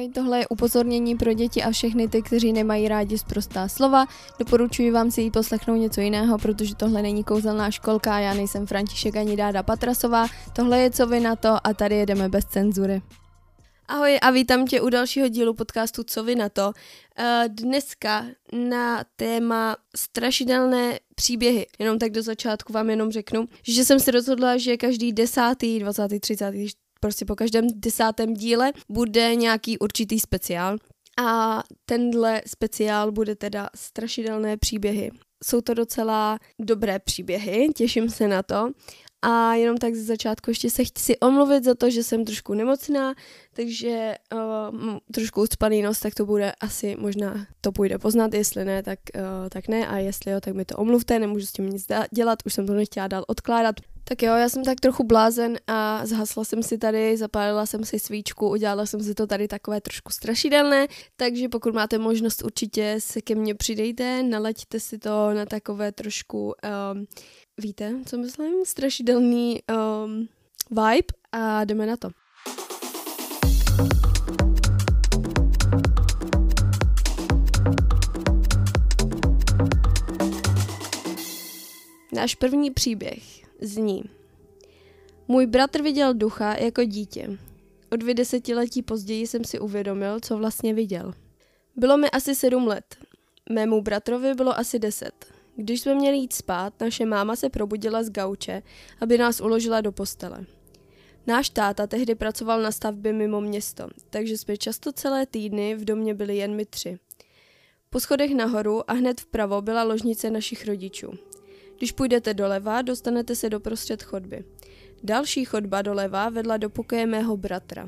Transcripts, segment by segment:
Ahoj, tohle je upozornění pro děti a všechny ty, kteří nemají rádi sprostá slova. Doporučuji vám si jít poslechnout něco jiného, protože tohle není kouzelná školka, já nejsem František ani Dáda Patrasová. Tohle je Co vy na to a tady jedeme bez cenzury. Ahoj a vítám tě u dalšího dílu podcastu Co vy na to. Dneska na téma strašidelné příběhy. Jenom tak do začátku vám jenom řeknu, že jsem si rozhodla, že každý 10., 20., 30., prostě po každém 10. díle bude nějaký určitý speciál. A tenhle speciál bude teda strašidelné příběhy. Jsou to docela dobré příběhy, těším se na to. A jenom tak ze začátku ještě se chci omluvit za to, že jsem trošku nemocná, takže trošku ucpaný nos, tak to bude asi, možná to půjde poznat, jestli ne, tak ne, a jestli jo, tak mi to omluvte, nemůžu s tím nic dělat, už jsem to nechtěla dál odkládat. Tak jo, já jsem tak trochu blázen a zhasla jsem si tady, zapálila jsem si svíčku, udělala jsem si to tady takové trošku strašidelné, takže pokud máte možnost, určitě se ke mně přidejte, nalaďte si to na takové trošku, víte, co myslím, strašidelný vibe a jdeme na to. Náš první příběh zní: Můj bratr viděl ducha jako dítě. O 2 desetiletí později jsem si uvědomil, co vlastně viděl. Bylo mi asi 7 let. Mému bratrovi bylo asi 10. Když jsme měli jít spát, naše máma se probudila z gauče, aby nás uložila do postele. Náš táta tehdy pracoval na stavbě mimo město, takže jsme často celé týdny v domě byli jen my 3. Po schodech nahoru a hned vpravo byla ložnice našich rodičů. Když půjdete doleva, dostanete se doprostřed chodby. Další chodba doleva vedla do pokoje mého bratra.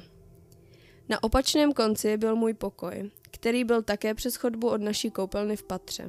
Na opačném konci byl můj pokoj, který byl také přes chodbu od naší koupelny v patře.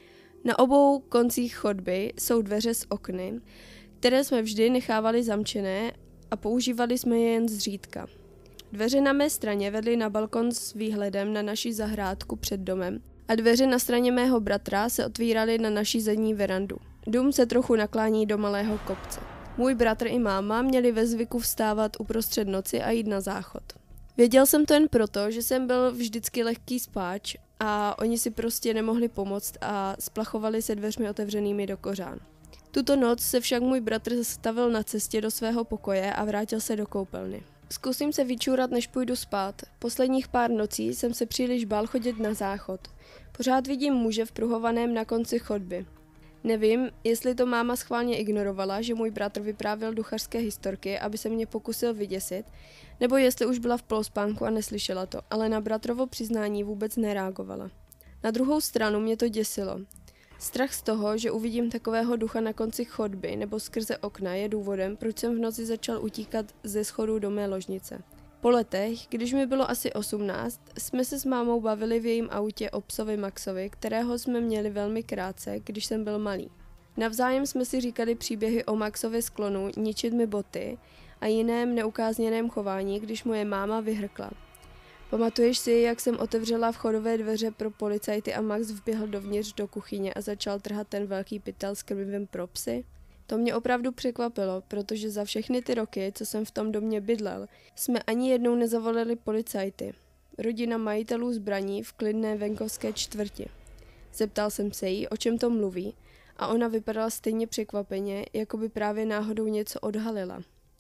Na obou koncích chodby jsou dveře s okny, které jsme vždy nechávali zamčené a používali jsme je jen zřídka. Dveře na mé straně vedly na balkon s výhledem na naši zahrádku před domem a dveře na straně mého bratra se otvíraly na naši zadní verandu. Dům se trochu naklání do malého kopce. Můj bratr i máma měli ve zvyku vstávat uprostřed noci a jít na záchod. Věděl jsem to jen proto, že jsem byl vždycky lehký spáč a oni si prostě nemohli pomoct a splachovali se dveřmi otevřenými do kořán. Tuto noc se však můj bratr zastavil na cestě do svého pokoje a vrátil se do koupelny. Zkusím se vyčůrat, než půjdu spát. Posledních pár nocí jsem se příliš bál chodit na záchod. Pořád vidím muže vpruhovaném na konci chodby. Nevím, jestli to máma schválně ignorovala, že můj bratr vyprávěl duchařské historky, aby se mě pokusil vyděsit, nebo jestli už byla v polospánku a neslyšela to, ale na bratrovo přiznání vůbec nereagovala. Na druhou stranu mě to děsilo. Strach z toho, že uvidím takového ducha na konci chodby nebo skrze okna, je důvodem, proč jsem v noci začal utíkat ze schodů do mé ložnice. Po letech, když mi bylo asi 18, jsme se s mámou bavili v jejím autě o psovi Maxovi, kterého jsme měli velmi krátce, když jsem byl malý. Navzájem jsme si říkali příběhy o Maxově sklonu ničit mi boty a jiném neukázněném chování, když moje máma vyhrkla. Pamatuješ si, jak jsem otevřela vchodové dveře pro policajty a Max vběhl dovnitř do kuchyně a začal trhat ten velký pytel s krmivem pro psy? To mě opravdu překvapilo, protože za všechny ty roky, co jsem v tom domě bydlel, jsme ani jednou nezavolali policajty. Rodina majitelů zbraní v klidné venkovské čtvrti. Zeptal jsem se jí, o čem to mluví, a ona vypadala stejně překvapeně, jako by právě náhodou něco odhalila.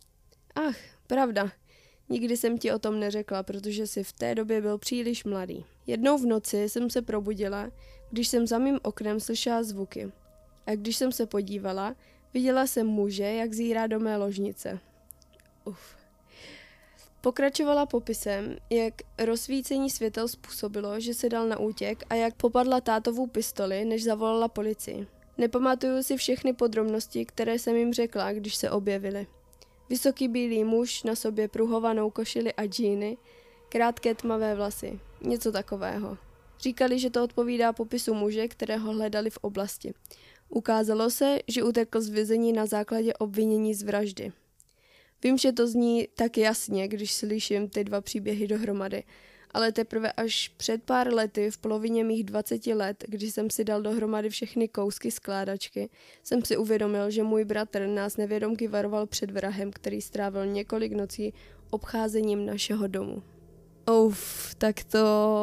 Ach, pravda. Nikdy jsem ti o tom neřekla, protože jsi v té době byl příliš mladý. Jednou v noci jsem se probudila, když jsem za mým oknem slyšela zvuky. A když jsem se podívala, viděla jsem muže, jak zírá do mé ložnice. Pokračovala popisem, jak rozsvícení světel způsobilo, že se dal na útěk a jak popadla tátovu pistoli, než zavolala policii. Nepamatuju si všechny podrobnosti, které jsem jim řekla, když se objevili. Vysoký bílý muž, na sobě pruhovanou košili a džíny, krátké tmavé vlasy, něco takového. Říkali, že to odpovídá popisu muže, kterého hledali v oblasti. Ukázalo se, že utekl z vězení na základě obvinění z vraždy. Vím, že to zní tak jasně, když slyším ty 2 příběhy dohromady, ale teprve až před pár lety, v polovině mých 20 let, když jsem si dal dohromady všechny kousky skládačky, jsem si uvědomil, že můj bratr nás nevědomky varoval před vrahem, který strávil několik nocí obcházením našeho domu. tak to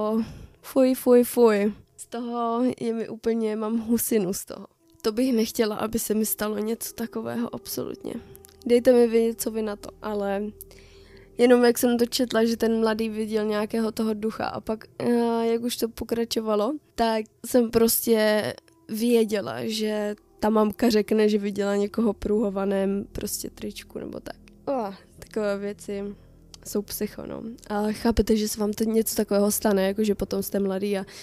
fuj. Z toho je mi úplně, mám husinu z toho. To bych nechtěla, aby se mi stalo něco takového, absolutně. Dejte mi vědět, co vy na to, ale jenom jak jsem to četla, že ten mladý viděl nějakého toho ducha a pak, jak už to pokračovalo, tak jsem prostě věděla, že ta mamka řekne, že viděla někoho pruhovaném prostě tričku nebo tak. Takové věci jsou psycho, no. Ale chápete, že se vám to něco takového stane, jakože potom jste mladý a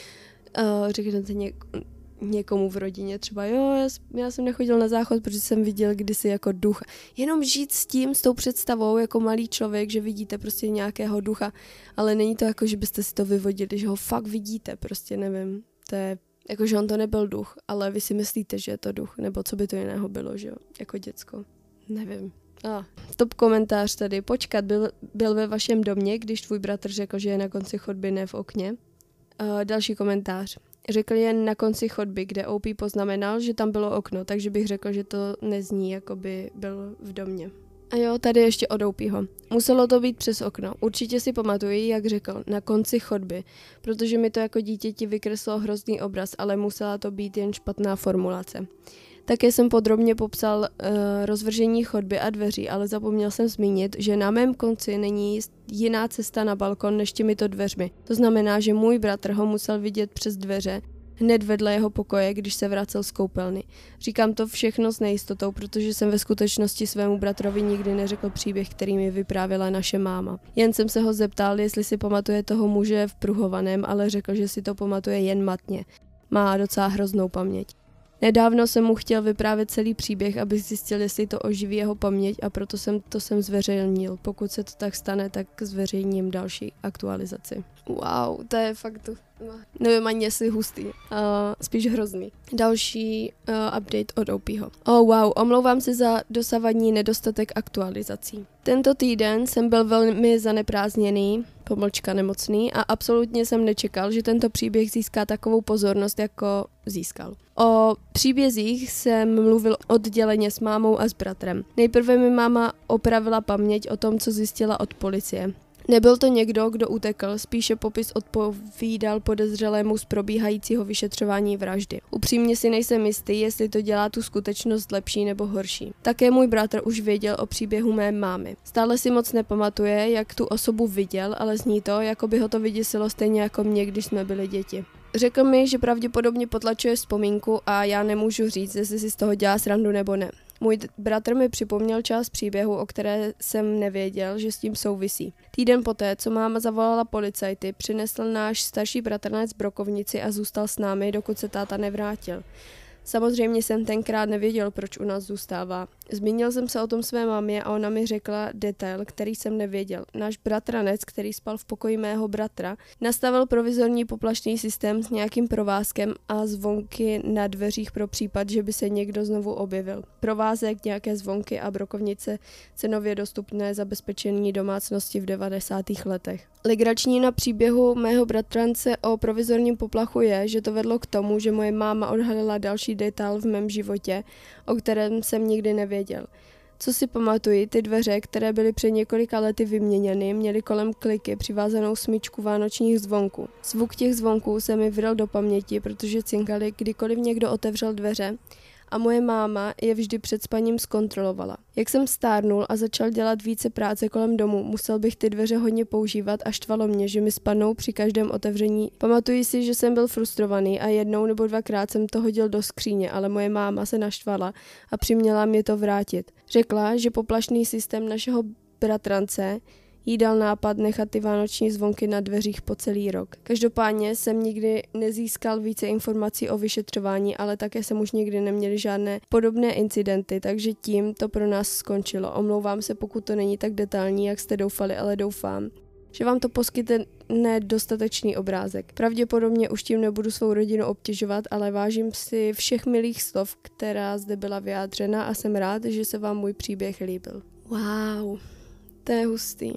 řeknete někomu v rodině třeba, já jsem nechodil na záchod, protože jsem viděl kdysi jako ducha. Jenom žít s tou představou jako malý člověk, že vidíte prostě nějakého ducha, ale není to jako, že byste si to vyvodili, že ho fakt vidíte, prostě nevím. To je jako, že on to nebyl duch, ale vy si myslíte, že je to duch, nebo co by to jiného bylo, že jo, jako děcko. Nevím. Top komentář tady. Počkat, byl ve vašem domě, když tvůj bratr řekl, že je na konci chodby, ne v okně? Další komentář. Řekl jen na konci chodby, kde OP poznamenal, že tam bylo okno, takže bych řekl, že to nezní, jako by byl v domě. A jo, tady ještě od OPho. Muselo to být přes okno. Určitě si pamatuji, jak řekl, na konci chodby, protože mi to jako dítěti vykreslo hrozný obraz, ale musela to být jen špatná formulace. Také jsem podrobně popsal rozvržení chodby a dveří, ale zapomněl jsem zmínit, že na mém konci není jiná cesta na balkon než těmito dveřmi. To znamená, že můj bratr ho musel vidět přes dveře hned vedle jeho pokoje, když se vracel z koupelny. Říkám to všechno s nejistotou, protože jsem ve skutečnosti svému bratrovi nikdy neřekl příběh, který mi vyprávěla naše máma. Jen jsem se ho zeptal, jestli si pamatuje toho muže v pruhovaném, ale řekl, že si to pamatuje jen matně. Má docela hroznou paměť. Nedávno jsem mu chtěl vyprávět celý příběh, aby zjistil, jestli to oživí jeho paměť, a proto jsem zveřejnil. Pokud se to tak stane, tak zveřejním další aktualizaci. Wow, to je fakt, nevím ani jestli hustý, spíš hrozný. Další update od OPho. Wow, omlouvám se za dosavadní nedostatek aktualizací. Tento týden jsem byl velmi zaneprázdněný, nemocný, a absolutně jsem nečekal, že tento příběh získá takovou pozornost, jako získal. O příbězích jsem mluvil odděleně s mámou a s bratrem. Nejprve mi máma opravila paměť o tom, co zjistila od policie. Nebyl to někdo, kdo utekl, spíše popis odpovídal podezřelému z probíhajícího vyšetřování vraždy. Upřímně si nejsem jistý, jestli to dělá tu skutečnost lepší nebo horší. Také můj bratr už věděl o příběhu mé mámy. Stále si moc nepamatuje, jak tu osobu viděl, ale zní to, jako by ho to vyděsilo stejně jako mě, když jsme byli děti. Řekl mi, že pravděpodobně potlačuje vzpomínku a já nemůžu říct, jestli si z toho dělá srandu nebo ne. Můj bratr mi připomněl část příběhu, o které jsem nevěděl, že s tím souvisí. Týden poté, co máma zavolala policajty, přinesl náš starší bratranec brokovnici a zůstal s námi, dokud se táta nevrátil. Samozřejmě jsem tenkrát nevěděl, proč u nás zůstává. Zmínil jsem se o tom své mámě a ona mi řekla detail, který jsem nevěděl. Náš bratranec, který spal v pokoji mého bratra, nastavil provizorní poplašný systém s nějakým provázkem a zvonky na dveřích pro případ, že by se někdo znovu objevil. Provázek, nějaké zvonky a brokovnice, cenově dostupné zabezpečení domácnosti v 90. letech. Legrační na příběhu mého bratrance o provizorním poplachu je, že to vedlo k tomu, že moje máma odhalila další detail v mém životě, o kterém jsem nikdy nevěděl. Co si pamatuji, ty dveře, které byly před několika lety vyměněny, měly kolem kliky přivázanou smyčku vánočních zvonků. Zvuk těch zvonků se mi vryl do paměti, protože cinkali, kdykoliv někdo otevřel dveře, a moje máma je vždy před spaním zkontrolovala. Jak jsem stárnul a začal dělat více práce kolem domu, musel bych ty dveře hodně používat a štvalo mě, že mi spadnou při každém otevření. Pamatuji si, že jsem byl frustrovaný a jednou nebo dvakrát jsem to hodil do skříně, ale moje máma se naštvala a přiměla mě to vrátit. Řekla, že poplašný systém našeho bratrance jí dal nápad nechat ty vánoční zvonky na dveřích po celý rok. Každopádně jsem nikdy nezískal více informací o vyšetřování, ale také jsem už nikdy neměl žádné podobné incidenty, takže tím to pro nás skončilo. Omlouvám se, pokud to není tak detailní, jak jste doufali, ale doufám, že vám to poskytne dostatečný obrázek. Pravděpodobně už tím nebudu svou rodinu obtěžovat, ale vážím si všech milých slov, která zde byla vyjádřena, a jsem rád, že se vám můj příběh líbil. Wow. To je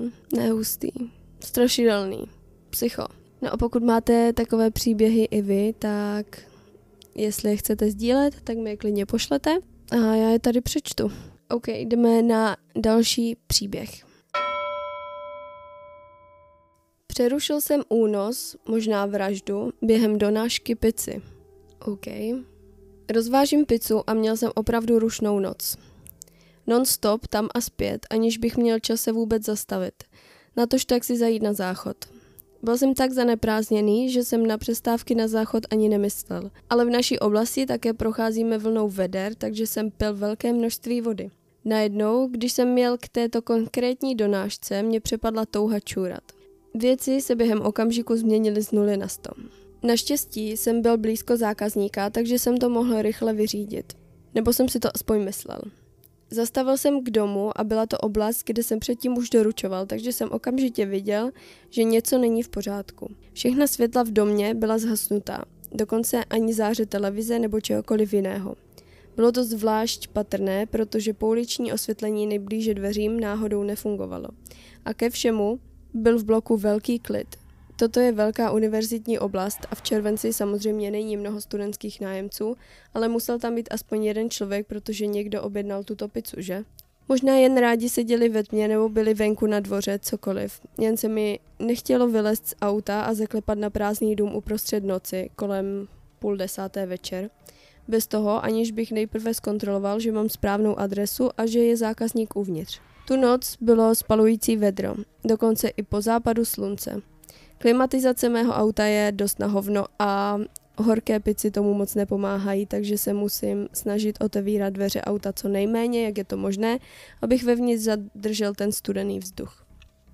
hustý, strašidelný, psycho. No a pokud máte takové příběhy i vy, tak jestli je chcete sdílet, tak mi je klidně pošlete a já je tady přečtu. OK, jdeme na další příběh. Přerušil jsem únos, možná vraždu, během donášky pici. OK. Rozvážím pizzu a měl jsem opravdu rušnou noc. Non-stop tam a zpět, aniž bych měl čas se vůbec zastavit. Natož tak si zajít na záchod. Byl jsem tak zaneprázdněný, že jsem na přestávky na záchod ani nemyslel. Ale v naší oblasti také procházíme vlnou veder, takže jsem pil velké množství vody. Najednou, když jsem měl k této konkrétní donášce, mě přepadla touha čůrat. Věci se během okamžiku změnily z 0 na 100. Naštěstí jsem byl blízko zákazníka, takže jsem to mohl rychle vyřídit. Nebo jsem si to aspoň myslel. Zastavil jsem k domu a byla to oblast, kde jsem předtím už doručoval, takže jsem okamžitě viděl, že něco není v pořádku. Všechna světla v domě byla zhasnutá, dokonce ani záře televize nebo čehokoliv jiného. Bylo to zvlášť patrné, protože pouliční osvětlení nejblíže dveřím náhodou nefungovalo. A ke všemu byl v bloku velký klid. Toto je velká univerzitní oblast a v červenci samozřejmě není mnoho studentských nájemců, ale musel tam být aspoň jeden člověk, protože někdo objednal tuto pizzu, že? Možná jen rádi seděli ve tmě nebo byli venku na dvoře, cokoliv. Jen se mi nechtělo vylézt z auta a zaklepat na prázdný dům uprostřed noci, kolem 9:30 večer. Bez toho, aniž bych nejprve zkontroloval, že mám správnou adresu a že je zákazník uvnitř. Tu noc bylo spalující vedro, dokonce i po západu slunce. Klimatizace mého auta je dost na hovno a horké pici tomu moc nepomáhají, takže se musím snažit otevírat dveře auta co nejméně, jak je to možné, abych vevnitř zadržel ten studený vzduch.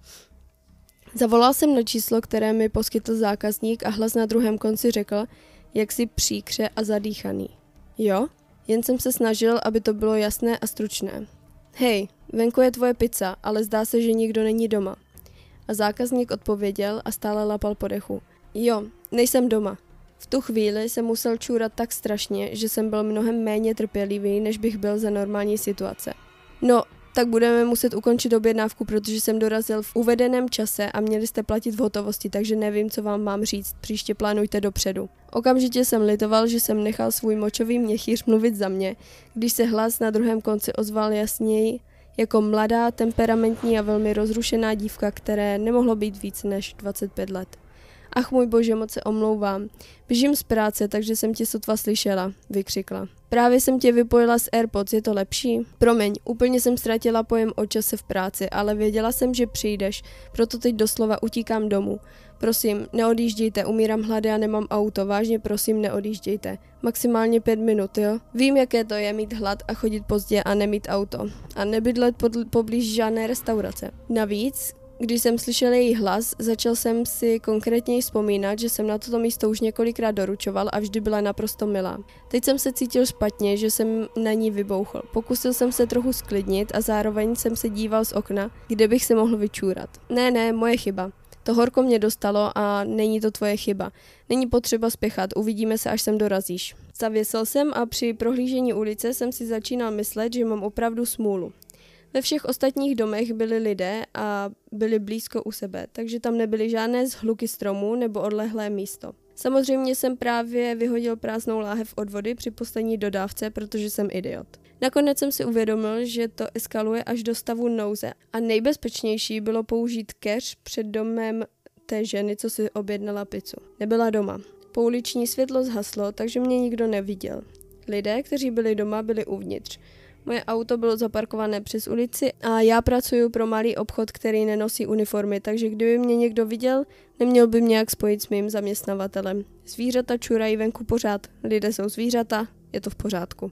Zavolal jsem na číslo, které mi poskytl zákazník a hlas na druhém konci řekl, jak si příkře a zadýchaný. Jo? Jen jsem se snažil, aby to bylo jasné a stručné. Hej, venku je tvoje pizza, ale zdá se, že nikdo není doma. A zákazník odpověděl a stále lapal po dechu. Jo, nejsem doma. V tu chvíli jsem musel čůrat tak strašně, že jsem byl mnohem méně trpělivý, než bych byl za normální situace. No, tak budeme muset ukončit objednávku, protože jsem dorazil v uvedeném čase a měli jste platit v hotovosti, takže nevím, co vám mám říct, příště plánujte dopředu. Okamžitě jsem litoval, že jsem nechal svůj močový měchýř mluvit za mě, když se hlas na druhém konci ozval jasněji, jako mladá, temperamentní a velmi rozrušená dívka, které nemohlo být víc než 25 let. Ach můj bože, moc se omlouvám. Běžím z práce, takže jsem tě sotva slyšela, vykřikla. Právě jsem tě vypojila z AirPods, je to lepší? Promiň, úplně jsem ztratila pojem o čase v práci, ale věděla jsem, že přijdeš, proto teď doslova utíkám domů. Prosím, neodjíždějte, umírám hlady a nemám auto, vážně prosím, neodjíždějte. Maximálně 5 minut, jo? Vím, jaké to je mít hlad a chodit pozdě a nemít auto. A nebydlet poblíž žádné restaurace. Navíc, když jsem slyšel její hlas, začal jsem si konkrétně vzpomínat, že jsem na toto místo už několikrát doručoval a vždy byla naprosto milá. Teď jsem se cítil špatně, že jsem na ní vybouchl. Pokusil jsem se trochu sklidnit a zároveň jsem se díval z okna, kde bych se mohl vyčůrat. Ne, moje chyba. To horko mě dostalo a není to tvoje chyba. Není potřeba spěchat, uvidíme se, až sem dorazíš. Zavěsil jsem a při prohlížení ulice jsem si začínal myslet, že mám opravdu smůlu. Ve všech ostatních domech byli lidé a byli blízko u sebe, takže tam nebyly žádné zhluky stromů nebo odlehlé místo. Samozřejmě jsem právě vyhodil prázdnou láhev od vody při poslední dodávce, protože jsem idiot. Nakonec jsem si uvědomil, že to eskaluje až do stavu nouze a nejbezpečnější bylo použít keř před domem té ženy, co si objednala pizzu. Nebyla doma. Pouliční světlo zhaslo, takže mě nikdo neviděl. Lidé, kteří byli doma, byli uvnitř. Moje auto bylo zaparkované přes ulici a já pracuji pro malý obchod, který nenosí uniformy, takže kdyby mě někdo viděl, neměl by mě jak spojit s mým zaměstnavatelem. Zvířata čurají venku pořád, lidé jsou zvířata, je to v pořádku.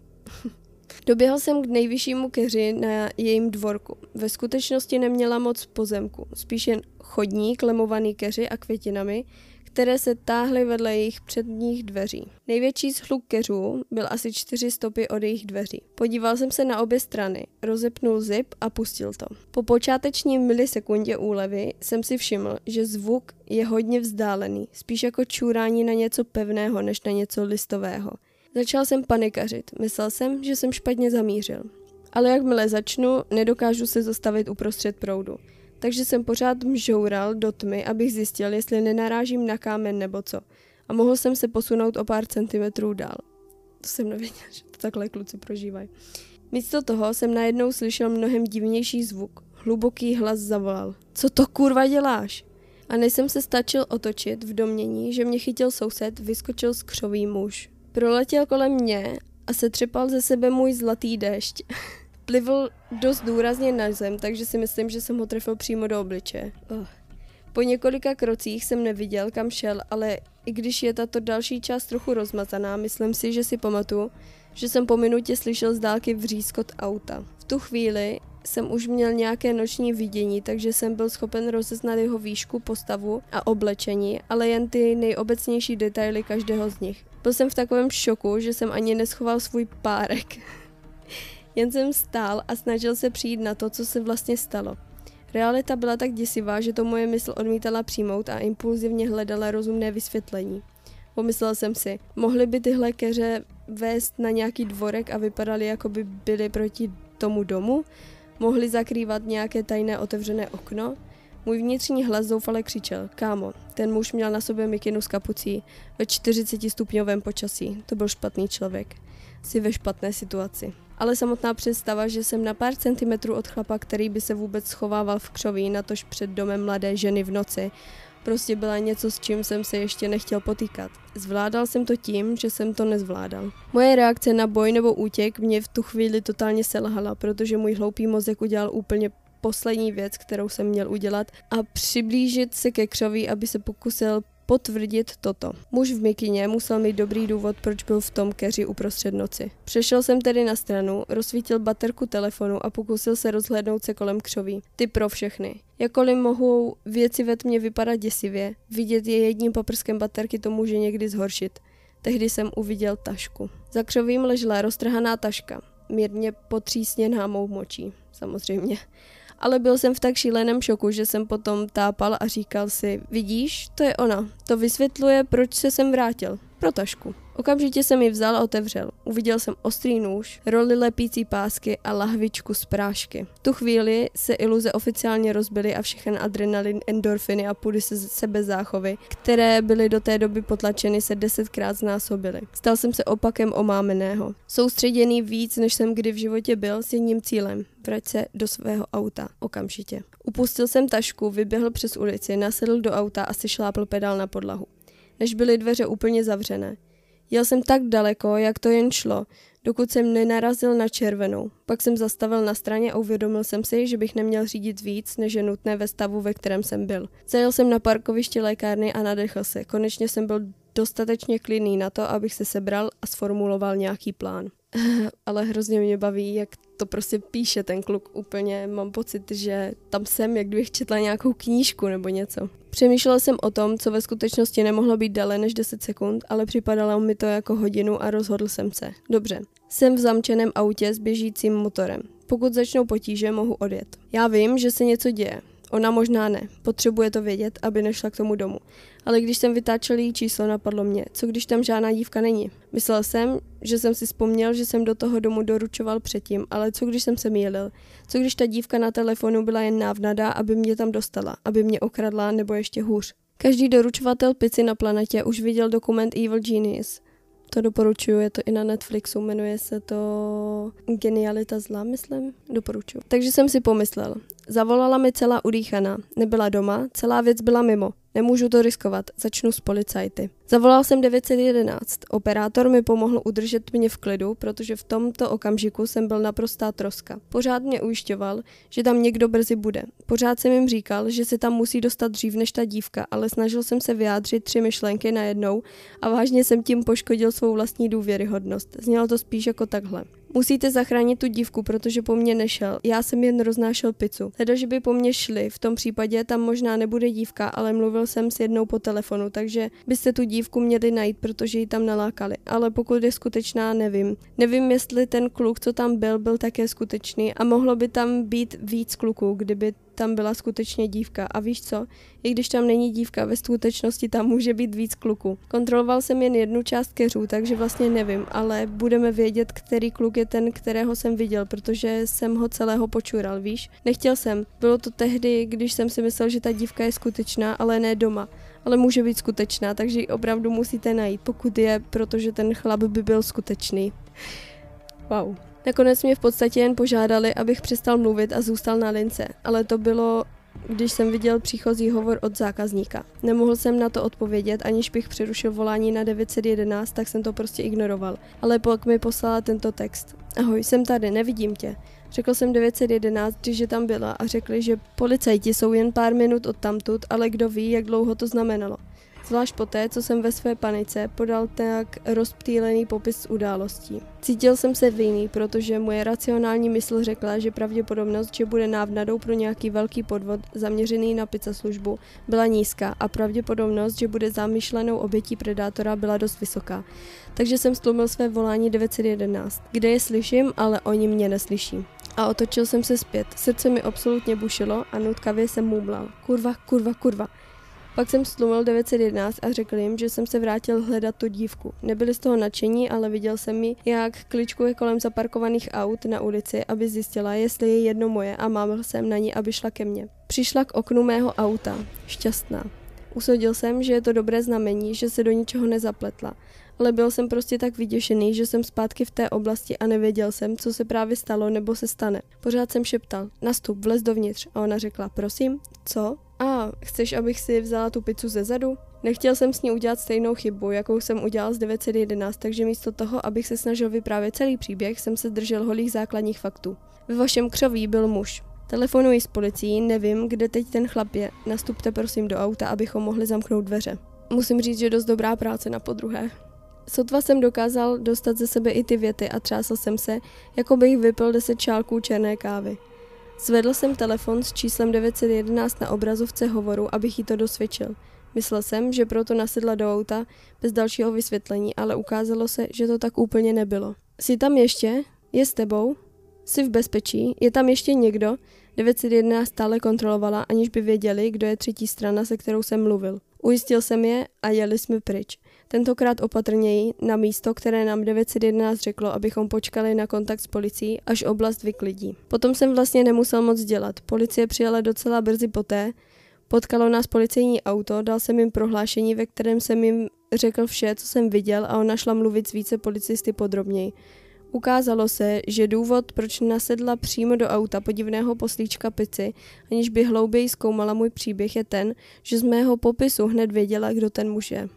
Doběhl jsem k nejvyššímu keři na jejím dvorku. Ve skutečnosti neměla moc pozemku, spíš jen chodník lemovaný keři a květinami, které se táhly vedle jejich předních dveří. Největší shluk keřů byl asi 4 stopy od jejich dveří. Podíval jsem se na obě strany, rozepnul zip a pustil to. Po počáteční milisekundě úlevy jsem si všiml, že zvuk je hodně vzdálený, spíš jako čurání na něco pevného, než na něco listového. Začal jsem panikařit, myslel jsem, že jsem špatně zamířil. Ale jakmile začnu, nedokážu se zastavit uprostřed proudu. Takže jsem pořád mžoural do tmy, abych zjistil, jestli nenarážím na kámen nebo co. A mohl jsem se posunout o pár centimetrů dál. To jsem nevěděl, že to takhle kluci prožívají. Místo toho jsem najednou slyšel mnohem divnější zvuk. Hluboký hlas zavolal. Co to kurva děláš? A než jsem se stačil otočit v domnění, že mě chytil soused, vyskočil skřový muž. Proletěl kolem mě a setřepal ze sebe můj zlatý déšť. Plivl dost důrazně na zem, takže si myslím, že jsem ho trefil přímo do obličeje. Po několika krocích jsem neviděl, kam šel, ale i když je tato další část trochu rozmazaná, myslím si, že si pamatuju, že jsem po minutě slyšel z dálky vřískot auta. V tu chvíli jsem už měl nějaké noční vidění, takže jsem byl schopen rozeznat jeho výšku, postavu a oblečení, ale jen ty nejobecnější detaily každého z nich. Byl jsem v takovém šoku, že jsem ani neschoval svůj párek. Jen jsem stál a snažil se přijít na to, co se vlastně stalo. Realita byla tak děsivá, že to moje mysl odmítala přijmout a impulzivně hledala rozumné vysvětlení. Pomyslel jsem si, mohly by tyhle keře vést na nějaký dvorek a vypadaly, jako by byly proti tomu domu? Mohli zakrývat nějaké tajné otevřené okno? Můj vnitřní hlas zoufale křičel, kámo, ten muž měl na sobě mikinu s kapucí ve 40stupňovém počasí, to byl špatný člověk. Jsi ve špatné situaci. Ale samotná představa, že jsem na pár centimetrů od chlapa, který by se vůbec schovával v křoví, natož před domem mladé ženy v noci, prostě byla něco, s čím jsem se ještě nechtěl potýkat. Zvládal jsem to tím, že jsem to nezvládal. Moje reakce na boj nebo útěk mě v tu chvíli totálně selhala, protože můj hloupý mozek udělal úplně poslední věc, kterou jsem měl udělat, a přiblížit se ke křoví, aby se pokusil potvrdit toto. Muž v mikině musel mít dobrý důvod, proč byl v tom keři uprostřed noci. Přešel jsem tedy na stranu, rozsvítil baterku telefonu a pokusil se rozhlédnout se kolem křoví. Ty pro všechny. Jakkoliv mohou věci ve tmě vypadat děsivě, vidět je jedním paprskem baterky to může někdy zhoršit. Tehdy jsem uviděl tašku. Za křovím ležela roztrhaná taška, mírně potřísněná mou močí, samozřejmě. Ale byl jsem v tak šíleném šoku, že jsem potom tápal a říkal si, vidíš, to je ona. To vysvětluje, proč se sem vrátil. Pro tašku. Okamžitě jsem ji vzal a otevřel. Uviděl jsem ostrý nůž, roli lepící pásky a lahvičku z prášky. V tu chvíli se iluze oficiálně rozbily a všechen adrenalin, endorfiny a půdy se sebezáchovy, které byly do té doby potlačeny, se 10krát znásobily. Stal jsem se opakem omámeného. Soustředěný víc, než jsem kdy v životě byl, s jedním cílem. Vrať se do svého auta. Okamžitě. Upustil jsem tašku, vyběhl přes ulici, nasedl do auta a si šlápl pedál na podlahu. Než byly dveře úplně zavřené. Jel jsem tak daleko, jak to jen šlo, dokud jsem nenarazil na červenou. Pak jsem zastavil na straně a uvědomil jsem si, že bych neměl řídit víc, než je nutné ve stavu, ve kterém jsem byl. Zajel jsem na parkoviště lékárny a nadechl se. Konečně jsem byl dostatečně klidný na to, abych se sebral a sformuloval nějaký plán. Ale hrozně mě baví, jak to prostě píše ten kluk úplně. Mám pocit, že tam jsem, jak kdybych četla nějakou knížku nebo něco. Přemýšlela jsem o tom, co ve skutečnosti nemohlo být déle než 10 sekund, ale připadalo mi to jako hodinu a rozhodl jsem se. Dobře, jsem v zamčeném autě s běžícím motorem. Pokud začnou potíže, mohu odjet. Já vím, že se něco děje. Ona možná ne, potřebuje to vědět, aby nešla k tomu domu. Ale když jsem vytáčel její číslo, napadlo mě, co když tam žádná dívka není. Myslel jsem, že jsem si vzpomněl, že jsem do toho domu doručoval předtím, ale co když jsem se mýlil? Co když ta dívka na telefonu byla jen návnada, aby mě tam dostala, aby mě okradla nebo ještě hůř? Každý doručovatel pici na planetě už viděl dokument Evil Genius. To doporučuju, je to i na Netflixu, jmenuje se to Genialita zla, myslím, doporučuju. Takže jsem si pomyslel, zavolala mi celá udýchaná, nebyla doma, celá věc byla mimo. Nemůžu to riskovat, začnu s policajty. Zavolal jsem 911. Operátor mi pomohl udržet mě v klidu, protože v tomto okamžiku jsem byl naprostá troska. Pořád mě ujišťoval, že tam někdo brzy bude. Pořád jsem jim říkal, že se tam musí dostat dřív než ta dívka, ale snažil jsem se vyjádřit 3 myšlenky najednou a vážně jsem tím poškodil svou vlastní důvěryhodnost. Znělo to spíš jako takhle. Musíte zachránit tu dívku, protože po mně nešel. Já jsem jen roznášel pizzu. Teda, že by po mně šli, v tom případě tam možná nebude dívka, ale mluvil jsem s jednou po telefonu, takže byste tu dívku měli najít, protože ji tam nalákali. Ale pokud je skutečná, nevím. Nevím, jestli ten kluk, co tam byl také skutečný a mohlo by tam být víc kluků, kdyby tam byla skutečně dívka. A víš co? I když tam není dívka, ve skutečnosti tam může být víc kluků. Kontroloval jsem jen jednu část keřů, takže vlastně nevím, ale budeme vědět, který kluk je ten, kterého jsem viděl, protože jsem ho celého počural, víš? Nechtěl jsem. Bylo to tehdy, když jsem si myslel, že ta dívka je skutečná, ale ne doma. Ale může být skutečná, takže ji opravdu musíte najít, pokud je, protože ten chlap by byl skutečný. Wow. Nakonec mě v podstatě jen požádali, abych přestal mluvit a zůstal na lince, ale to bylo když jsem viděl příchozí hovor od zákazníka. Nemohl jsem na to odpovědět, aniž bych přerušil volání na 911, tak jsem to prostě ignoroval. Ale pak mi poslala tento text. Ahoj, jsem tady, nevidím tě. Řekl jsem 911, když je tam byla a řekli, že policajti jsou jen pár minut odtamtud, ale kdo ví, jak dlouho to znamenalo. Zvlášť poté, co jsem ve své panice podal tak rozptýlený popis událostí. Cítil jsem se vinný, protože moje racionální mysl řekla, že pravděpodobnost, že bude návnadou pro nějaký velký podvod zaměřený na pizzaslužbu, byla nízká a pravděpodobnost, že bude zamýšlenou obětí predátora, byla dost vysoká. Takže jsem stlumil své volání 911, kde je slyším, ale oni mě neslyší. A otočil jsem se zpět. Srdce mi absolutně bušilo a nutkavě jsem mumlal. Kurva. Pak jsem stlumil 911 a řekl jim, že jsem se vrátil hledat tu dívku. Nebyli z toho nadšení, ale viděl jsem ji, jak kličkuje kolem zaparkovaných aut na ulici, aby zjistila, jestli je jedno moje, a mávl jsem na ní, aby šla ke mně. Přišla k oknu mého auta. Šťastná. Usoudil jsem, že je to dobré znamení, že se do ničeho nezapletla. Ale byl jsem prostě tak vyděšený, že jsem zpátky v té oblasti a nevěděl jsem, co se právě stalo nebo se stane. Pořád jsem šeptal, nastup, vlez dovnitř, a ona řekla, prosím, co? Chceš, abych si vzala tu pizzu ze zadu? Nechtěl jsem s ní udělat stejnou chybu, jakou jsem udělal s 911, takže místo toho, abych se snažil vyprávět celý příběh, jsem se držel holých základních faktů. Ve vašem křoví byl muž. Telefonuji s policií, nevím, kde teď ten chlap je. Nastupte prosím do auta, abychom mohli zamknout dveře. Musím říct, že dost dobrá práce na podruhé. Sotva jsem dokázal dostat ze sebe i ty věty a třásl jsem se, jako bych vypil 10 šálků černé kávy. Zvedl jsem telefon s číslem 911 na obrazovce hovoru, abych jí to dosvědčil. Myslel jsem, že proto nasedla do auta bez dalšího vysvětlení, ale ukázalo se, že to tak úplně nebylo. Jsi tam ještě? Je s tebou? Jsi v bezpečí? Je tam ještě někdo? 911 stále kontrolovala, aniž by věděli, kdo je třetí strana, se kterou jsem mluvil. Ujistil jsem je a jeli jsme pryč. Tentokrát opatrněji na místo, které nám 911 řeklo, abychom počkali na kontakt s policií, až oblast vyklidí. Potom jsem vlastně nemusel moc dělat. Policie přijela docela brzy poté, potkalo nás policejní auto, dal jsem jim prohlášení, ve kterém jsem jim řekl vše, co jsem viděl, a ona šla mluvit s více policisty podrobněji. Ukázalo se, že důvod, proč nasedla přímo do auta podivného poslíčka pici, aniž by hlouběji zkoumala můj příběh, je ten, že z mého popisu hned věděla, kdo ten muž je.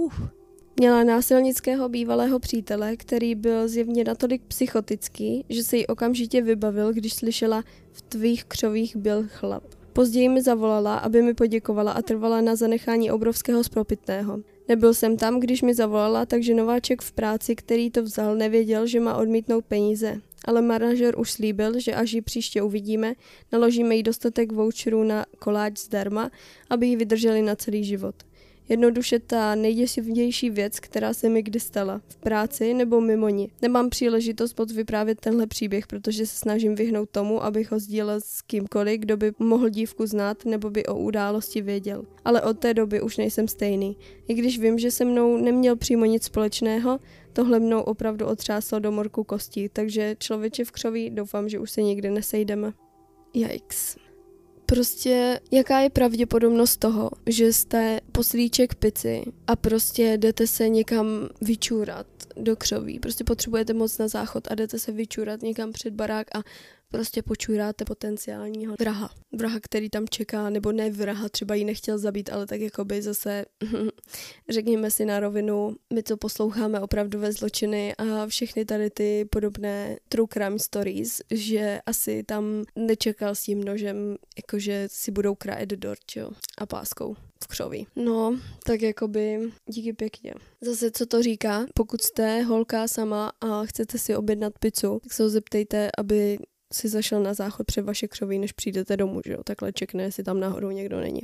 Měla násilnického bývalého přítele, který byl zjevně natolik psychotický, že se jí okamžitě vybavil, když slyšela v tvých křovích byl chlap. Později mi zavolala, aby mi poděkovala a trvala na zanechání obrovského spropitného. Nebyl jsem tam, když mi zavolala, takže nováček v práci, který to vzal, nevěděl, že má odmítnout peníze. Ale manažer už slíbil, že až ji příště uvidíme, naložíme jí dostatek voucherů na koláč zdarma, aby ji vydrželi na celý život. Jednoduše ta nejděsivější věc, která se mi kdy stala, v práci nebo mimo ní. Nemám příležitost moc vyprávět tenhle příběh, protože se snažím vyhnout tomu, abych ho sdílel s kýmkoliv, kdo by mohl dívku znát nebo by o události věděl. Ale od té doby už nejsem stejný. I když vím, že se mnou neměl přímo nic společného, tohle mnou opravdu otřáslo do morku kostí, takže člověče v křoví, doufám, že už se nikdy nesejdeme. Yikes. Prostě jaká je pravděpodobnost toho, že jste poslíček pici a prostě jdete se někam vyčůrat do křoví. Prostě potřebujete moc na záchod a jdete se vyčůrat někam před barák a prostě počůráte potenciálního vraha. Vraha, který tam čeká, nebo ne vraha, třeba ji nechtěl zabít, ale tak jakoby zase, řekněme si na rovinu, my to posloucháme opravdu ve zločiny a všechny tady ty podobné true crime stories, že asi tam nečekal s tím nožem, jakože si budou krájet dort, jo, a páskou v křoví. No, tak jakoby díky pěkně. Zase co to říká, pokud jste holka sama a chcete si objednat pizzu, tak se ho zeptejte, aby si zašel na záchod před vaše křoví, než přijdete domů, že jo, takhle čekne, jestli tam náhodou někdo není.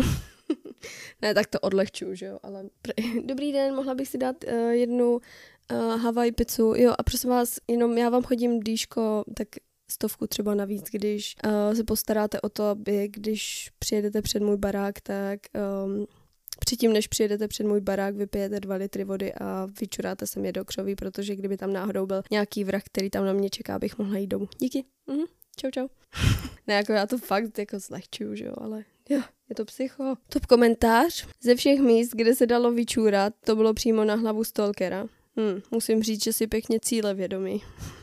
Ne, tak to odlehčuju, že jo, ale dobrý den, mohla bych si dát jednu Hawaii pizzu, jo, a prosím vás, jenom já vám chodím dýško, tak 100 třeba navíc, když se postaráte o to, aby když přijedete před můj barák, tak předtím, než přijedete před můj barák, vypijete 2 litry vody a vyčuráte se mě do křoví, protože kdyby tam náhodou byl nějaký vrah, který tam na mě čeká, bych mohla jít domů. Díky. Čau. Ne, jako já to fakt jako zlehčuju, že jo, ale jo, je to psycho. Top komentář. Ze všech míst, kde se dalo vyčůrat, to bylo přímo na hlavu stalkera. Musím říct, že si pěkně cílevědomý.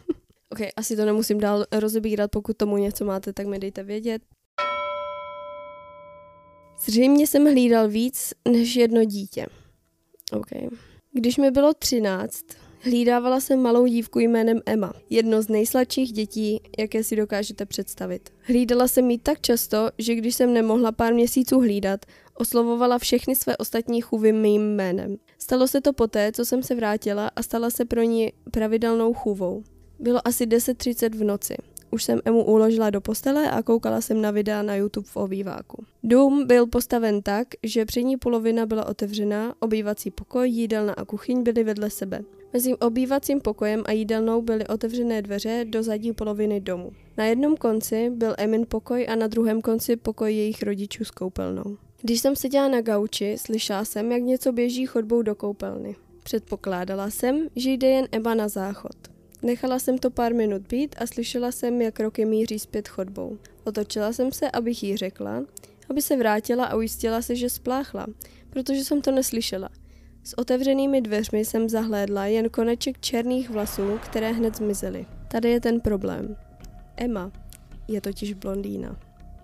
Ok, asi to nemusím dál rozebírat, pokud tomu něco máte, tak mi dejte vědět. Zřejmě jsem hlídal víc než jedno dítě. Okay. Když mi bylo 13, hlídávala jsem malou dívku jménem Emma, jedno z nejsladších dětí, jaké si dokážete představit. Hlídala jsem ji tak často, že když jsem nemohla pár měsíců hlídat, oslovovala všechny své ostatní chůvy mým jménem. Stalo se to poté, co jsem se vrátila a stala se pro ní pravidelnou chůvou. Bylo asi 10:30 v noci. Už jsem Emu uložila do postele a koukala jsem na videa na YouTube v obýváku. Dům byl postaven tak, že přední polovina byla otevřená, obývací pokoj, jídelna a kuchyň byly vedle sebe. Mezi obývacím pokojem a jídelnou byly otevřené dveře do zadní poloviny domu. Na jednom konci byl Emin pokoj a na druhém konci pokoj jejich rodičů s koupelnou. Když jsem seděla na gauči, slyšela jsem, jak něco běží chodbou do koupelny. Předpokládala jsem, že jde jen Emma na záchod. Nechala jsem to pár minut být a slyšela jsem, jak roky míří zpět chodbou. Otočila jsem se, abych jí řekla, aby se vrátila a ujistila se, že spláchla, protože jsem to neslyšela. S otevřenými dveřmi jsem zahlédla jen koneček černých vlasů, které hned zmizely. Tady je ten problém. Emma je totiž blondýna.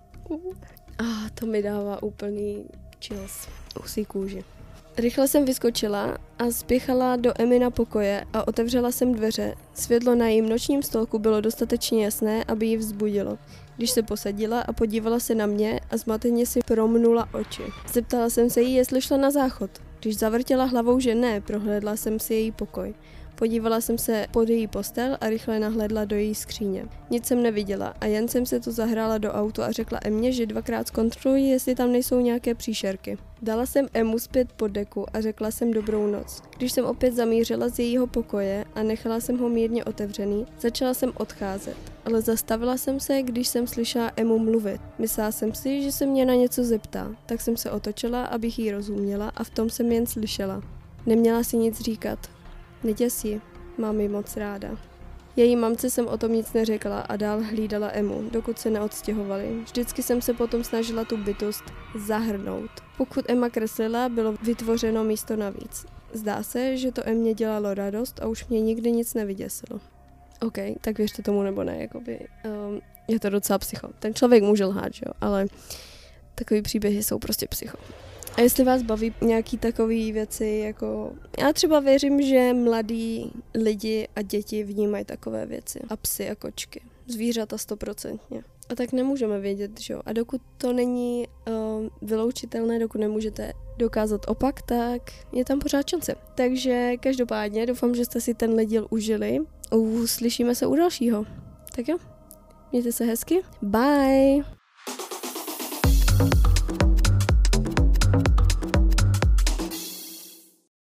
To mi dává úplný chills. Husí kůži. Rychle jsem vyskočila a spěchala do Emina pokoje a otevřela jsem dveře. Světlo na jejím nočním stolku bylo dostatečně jasné, aby ji vzbudilo. Když se posadila a podívala se na mě a zmateně si promnula oči. Zeptala jsem se jí, jestli šla na záchod. Když zavrtěla hlavou, že ne, prohlédla jsem si její pokoj. Podívala jsem se pod její postel a rychle nahlédla do její skříně. Nic jsem neviděla a jen jsem se to zahrála do autu a řekla Emě, že 2krát zkontroluji, jestli tam nejsou nějaké příšerky. Dala jsem Emu zpět pod deku a řekla jsem dobrou noc. Když jsem opět zamířila z jejího pokoje a nechala jsem ho mírně otevřený, začala jsem odcházet. Ale zastavila jsem se, když jsem slyšela Emu mluvit. Myslela jsem si, že se mě na něco zeptá, tak jsem se otočila, abych jí rozuměla a v tom jsem jen slyšela. Neměla si nic říkat. Neděs ji, mám ji moc ráda. Její mamce jsem o tom nic neřekla a dál hlídala Emu, dokud se neodstěhovali. Vždycky jsem se potom snažila tu bytost zahrnout. Pokud Emma kreslila, bylo vytvořeno místo navíc. Zdá se, že to Emě dělalo radost a už mě nikdy nic nevyděsilo. OK, tak věřte tomu nebo ne, jakoby, je to docela psycho. Ten člověk může lhát, jo, ale takový příběhy jsou prostě psycho. A jestli vás baví nějaký takový věci, jako já třeba věřím, že mladí lidi a děti vnímají takové věci. A psy a kočky. Zvířata 100%. A tak nemůžeme vědět, že jo. A dokud to není vyloučitelné, dokud nemůžete dokázat opak, tak je tam pořád šance. Takže každopádně doufám, že jste si tenhle díl užili. Uslyšíme se u dalšího. Tak jo, mějte se hezky. Bye!